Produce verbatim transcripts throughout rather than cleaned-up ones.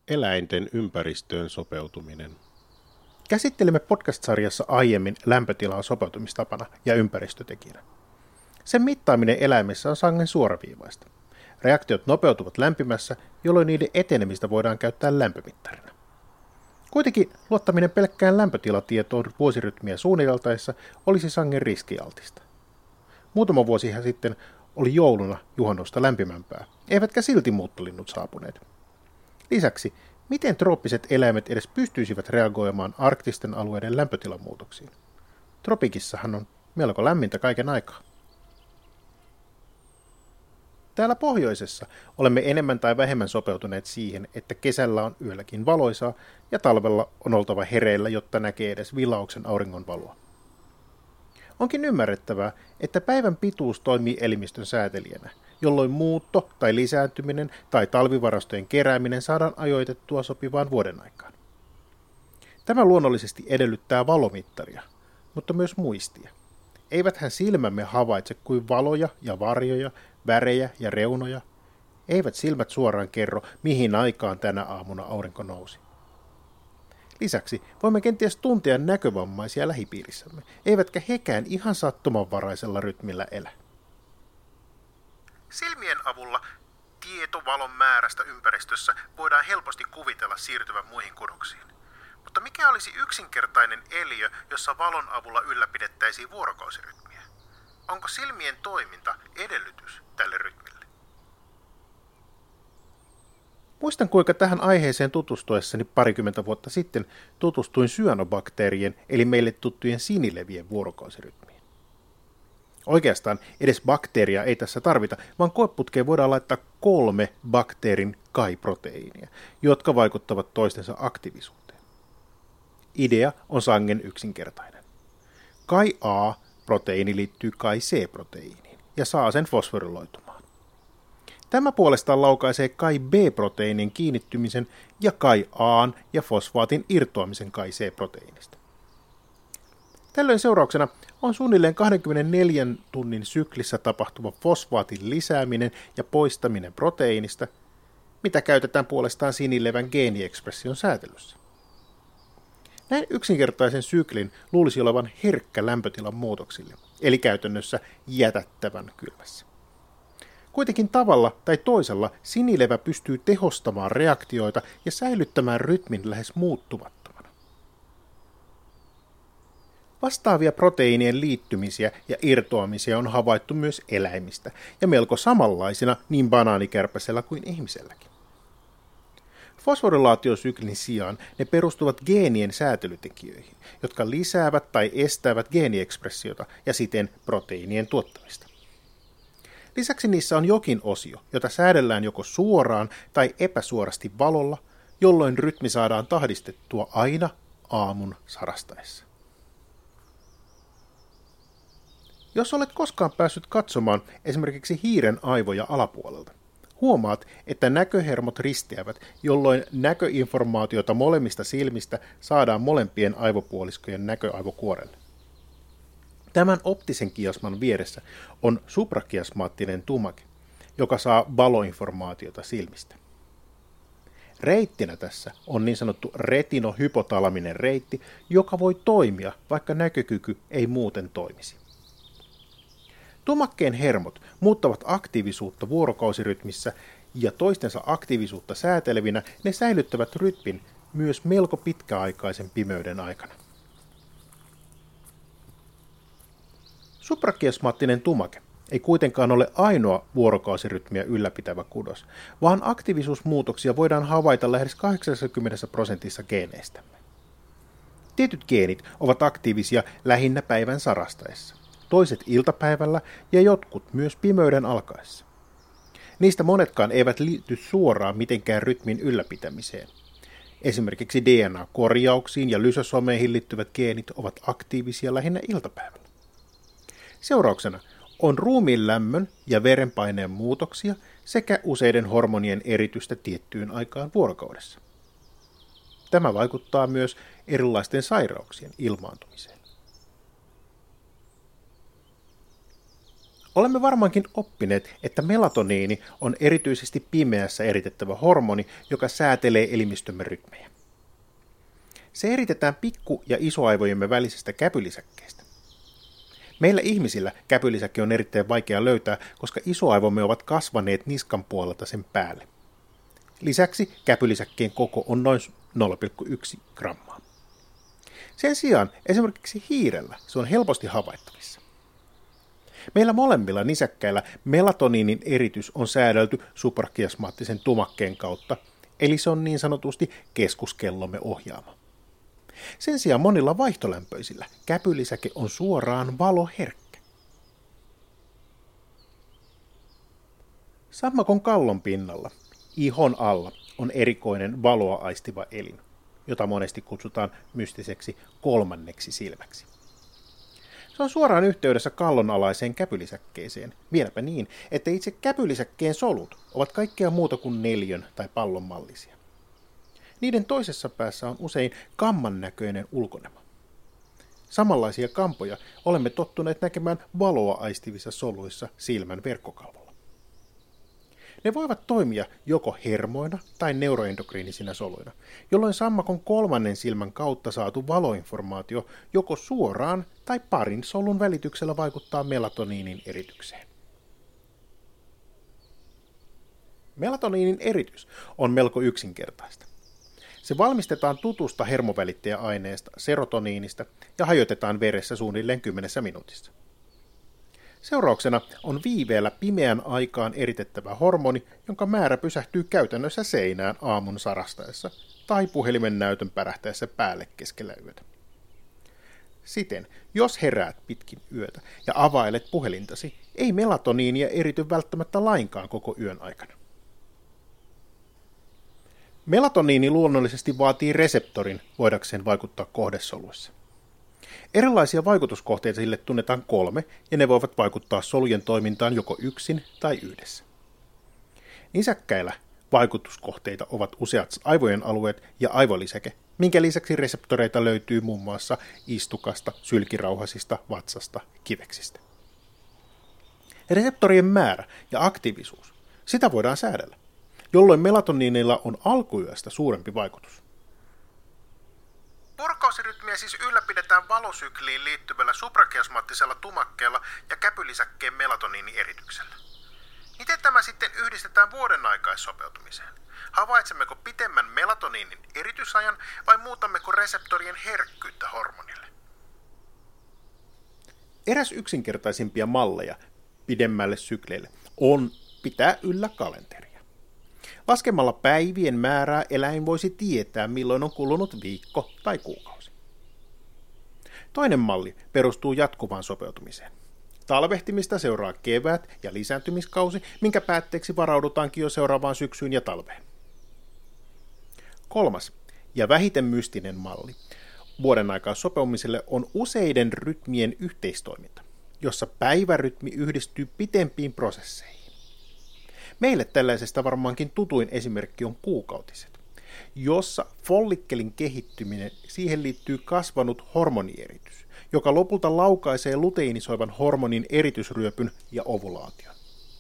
Eläinten ympäristöön sopeutuminen. Käsittelimme podcast-sarjassa aiemmin lämpötilaa sopeutumistapana ja ympäristötekijänä. Sen mittaaminen eläimessä on sangen suoraviivaista. Reaktiot nopeutuvat lämpimässä, jolloin niiden etenemistä voidaan käyttää lämpömittarina. Kuitenkin luottaminen pelkkään lämpötilatietoon vuosirytmiä suunniteltaessa olisi sangen riskialtista. Muutama vuosihan sitten oli jouluna juhannusta lämpimämpää, eivätkä silti muuttolinnut saapuneet. Lisäksi, miten trooppiset eläimet edes pystyisivät reagoimaan arktisten alueiden lämpötilamuutoksiin? Tropikissahan on melko lämmintä kaiken aikaa. Täällä pohjoisessa olemme enemmän tai vähemmän sopeutuneet siihen, että kesällä on yölläkin valoisaa ja talvella on oltava hereillä, jotta näkee edes vilauksen auringonvaloa. Onkin ymmärrettävää, että päivän pituus toimii elimistön säätelijänä, jolloin muutto tai lisääntyminen tai talvivarastojen kerääminen saadaan ajoitettua sopivaan vuodenaikaan. Tämä luonnollisesti edellyttää valomittaria, mutta myös muistia. Eiväthän silmämme havaitse kuin valoja ja varjoja, värejä ja reunoja. Eivät silmät suoraan kerro, mihin aikaan tänä aamuna aurinko nousi. Lisäksi voimme kenties tuntea näkövammaisia lähipiirissämme, eivätkä hekään ihan sattumanvaraisella rytmillä elä. Silmien avulla tieto valon määrästä ympäristössä voidaan helposti kuvitella siirtyvän muihin kudoksiin. Mutta mikä olisi yksinkertainen eliö, jossa valon avulla ylläpidettäisiin vuorokausirytmiä? Onko silmien toiminta edellytys tälle rytmille? Muistan, kuinka tähän aiheeseen tutustuessani parikymmentä vuotta sitten tutustuin syanobakteerien eli meille tuttujen sinilevien vuorokausirytmiin. Oikeastaan edes bakteeria ei tässä tarvita, vaan koeputkeen voidaan laittaa kolme bakteerin kai-proteiinia, jotka vaikuttavat toistensa aktiivisuuteen. Idea on sangen yksinkertainen. kai A-proteiini liittyy kai C-proteiiniin ja saa sen fosforiloitumaan. Tämä puolestaan laukaisee kai B-proteiinin kiinnittymisen ja kai A:n ja fosfaatin irtoamisen kai C-proteiinista. Tällöin seurauksena on suunnilleen kaksikymmentäneljän tunnin syklissä tapahtuva fosfaatin lisääminen ja poistaminen proteiinista, mitä käytetään puolestaan sinilevän geeniekspression säätelyssä. Näin yksinkertaisen syklin luulisi olevan herkkä lämpötilan muutoksille, eli käytännössä jätättävän kylmässä. Kuitenkin tavalla tai toisella sinilevä pystyy tehostamaan reaktioita ja säilyttämään rytmin lähes muuttumattomana. Vastaavia proteiinien liittymisiä ja irtoamisia on havaittu myös eläimistä ja melko samanlaisina niin banaanikärpäsellä kuin ihmiselläkin. Fosforilaatiosyklin sijaan ne perustuvat geenien säätelytekijöihin, jotka lisäävät tai estävät geeniekspressiota ja siten proteiinien tuottamista. Lisäksi niissä on jokin osio, jota säädellään joko suoraan tai epäsuorasti valolla, jolloin rytmi saadaan tahdistettua aina aamun sarastaessa. Jos olet koskaan päässyt katsomaan esimerkiksi hiiren aivoja alapuolelta, huomaat, että näköhermot risteävät, jolloin näköinformaatiota molemmista silmistä saadaan molempien aivopuoliskojen näköaivokuorelle. Tämän optisen kiasman vieressä on suprakiasmaattinen tumake, joka saa valoinformaatiota silmistä. Reittinä tässä on niin sanottu retinohypotalaminen reitti, joka voi toimia, vaikka näkökyky ei muuten toimisi. Tumakkeen hermot muuttavat aktiivisuutta vuorokausirytmissä ja toistensa aktiivisuutta säätelevinä ne säilyttävät rytmin myös melko pitkäaikaisen pimeyden aikana. Suprakiasmaattinen tumake ei kuitenkaan ole ainoa vuorokausirytmiä ylläpitävä kudos, vaan aktiivisuusmuutoksia voidaan havaita lähes kahdeksankymmentä prosentissa geeneistämme. Tietyt geenit ovat aktiivisia lähinnä päivän sarastaessa, toiset iltapäivällä ja jotkut myös pimeyden alkaessa. Niistä monetkaan eivät liity suoraan mitenkään rytmin ylläpitämiseen. Esimerkiksi D N A-korjauksiin ja lysosomeihin liittyvät geenit ovat aktiivisia lähinnä iltapäivällä. Seurauksena on ruumiin lämmön ja verenpaineen muutoksia sekä useiden hormonien eritystä tiettyyn aikaan vuorokaudessa. Tämä vaikuttaa myös erilaisten sairauksien ilmaantumiseen. Olemme varmaankin oppineet, että melatoniini on erityisesti pimeässä eritettävä hormoni, joka säätelee elimistömme rytmejä. Se eritetään pikku- ja isoaivojemme välisestä käpylisäkkeestä. Meillä ihmisillä käpylisäke on erittäin vaikea löytää, koska isoaivomme ovat kasvaneet niskan puolelta sen päälle. Lisäksi käpylisäkkeen koko on noin nolla pilkku yksi grammaa. Sen sijaan esimerkiksi hiirellä se on helposti havaittavissa. Meillä molemmilla nisäkkäillä melatoniinin eritys on säädelty suprakiasmaattisen tumakkeen kautta, eli se on niin sanotusti keskuskellomme ohjaama. Sen sijaan monilla vaihtolämpöisillä käpylisäke on suoraan valoherkkä. Sammakon kallon pinnalla, ihon alla, on erikoinen valoa aistiva elin, jota monesti kutsutaan mystiseksi kolmanneksi silmäksi. Se on suoraan yhteydessä kallonalaiseen käpylisäkkeeseen, vieläpä niin, että itse käpylisäkkeen solut ovat kaikkea muuta kuin neliön tai pallon mallisia. Niiden toisessa päässä on usein kamman näköinen ulkonema. Samanlaisia kampoja olemme tottuneet näkemään valoa aistivissa soluissa silmän verkkokalvolla. Ne voivat toimia joko hermoina tai neuroendokriinisina soluina, jolloin sammakon kolmannen silmän kautta saatu valoinformaatio joko suoraan tai parin solun välityksellä vaikuttaa melatoniinin eritykseen. Melatoniinin eritys on melko yksinkertaista. Se valmistetaan tutusta hermovälittäjäaineesta serotoniinista ja hajotetaan veressä suunnilleen kymmenessä minuutissa. Seurauksena on viiveellä pimeän aikaan eritettävä hormoni, jonka määrä pysähtyy käytännössä seinään aamun sarastaessa tai puhelimen näytön pärähtäessä päälle keskellä yötä. Siten, jos heräät pitkin yötä ja availet puhelintasi, ei melatoniinia erity välttämättä lainkaan koko yön aikana. Melatoniini luonnollisesti vaatii reseptorin voidakseen vaikuttaa kohdesoluissa. Erilaisia vaikutuskohteita sille tunnetaan kolme, ja ne voivat vaikuttaa solujen toimintaan joko yksin tai yhdessä. Nisäkkäillä vaikutuskohteita ovat useat aivojen alueet ja aivolisäke, minkä lisäksi reseptoreita löytyy muun muassa istukasta, sylkirauhasista, vatsasta ja kiveksistä. Reseptorien määrä ja aktiivisuus, sitä voidaan säädellä, jolloin melatoniinilla on alkuyöstä suurempi vaikutus. Vuorokausirytmiä siis ylläpidetään valosykliin liittyvällä suprakiasmaattisella tumakkeella ja käpylisäkkeen melatoniinierityksellä. Miten tämä sitten yhdistetään vuoden aikaissopeutumiseen? Havaitsemmeko pitemmän melatoniinin eritysajan vai muutammeko reseptorien herkkyyttä hormonille? Eräs yksinkertaisimpia malleja pidemmälle sykleille on pitää yllä kalenteria. Laskemalla päivien määrää eläin voisi tietää, milloin on kulunut viikko tai kuukausi. Toinen malli perustuu jatkuvaan sopeutumiseen. Talvehtimista seuraa kevät ja lisääntymiskausi, minkä päätteeksi varaudutaankin jo seuraavaan syksyyn ja talveen. Kolmas ja vähiten mystinen malli vuoden aikaa sopeutumiselle on useiden rytmien yhteistoiminta, jossa päivärytmi yhdistyy pitempiin prosesseihin. Meille tällaisesta varmaankin tutuin esimerkki on kuukautiset, jossa follikkelin kehittyminen siihen liittyy kasvanut hormonieritys, joka lopulta laukaisee luteinisoivan hormonin eritysryöpyn ja ovulaation.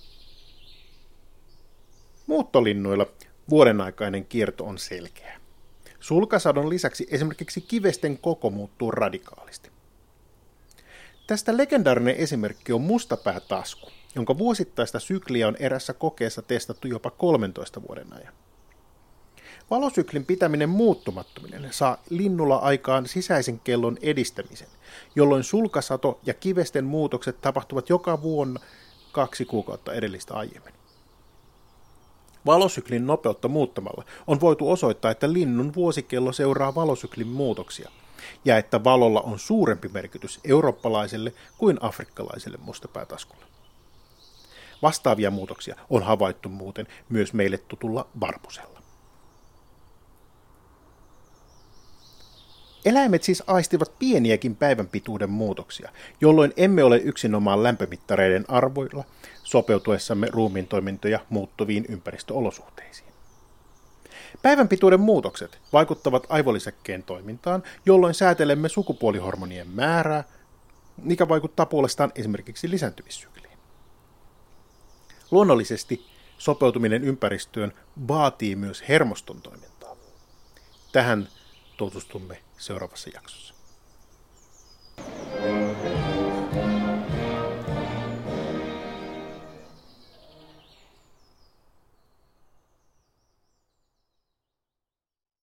Muuttolinnuilla vuodenaikainen kierto on selkeä. Sulkasadon lisäksi esimerkiksi kivesten koko muuttuu radikaalisti. Tästä legendaarinen esimerkki on mustapäätasku, jonka vuosittaista sykliä on erässä kokeessa testattu jopa kolmentoista vuoden ajan. Valosyklin pitäminen muuttumattominen saa linnulla aikaan sisäisen kellon edistämisen, jolloin sulkasato ja kivesten muutokset tapahtuvat joka vuonna kaksi kuukautta edellistä aiemmin. Valosyklin nopeutta muuttamalla on voitu osoittaa, että linnun vuosikello seuraa valosyklin muutoksia, ja että valolla on suurempi merkitys eurooppalaiselle kuin afrikkalaiselle mustapäätaskulle. Vastaavia muutoksia on havaittu muuten myös meille tutulla varpusella. Eläimet siis aistivat pieniäkin päivän pituuden muutoksia, jolloin emme ole yksinomaan lämpömittareiden arvoilla sopeutuessamme ruumiin toimintoja muuttuviin ympäristöolosuhteisiin. Päivän pituuden muutokset vaikuttavat aivolisäkkeen toimintaan, jolloin säätelemme sukupuolihormonien määrää, mikä vaikuttaa puolestaan esimerkiksi lisääntymissykliin. Luonnollisesti sopeutuminen ympäristöön vaatii myös hermoston toimintaa. Tähän tutustumme seuraavassa jaksossa.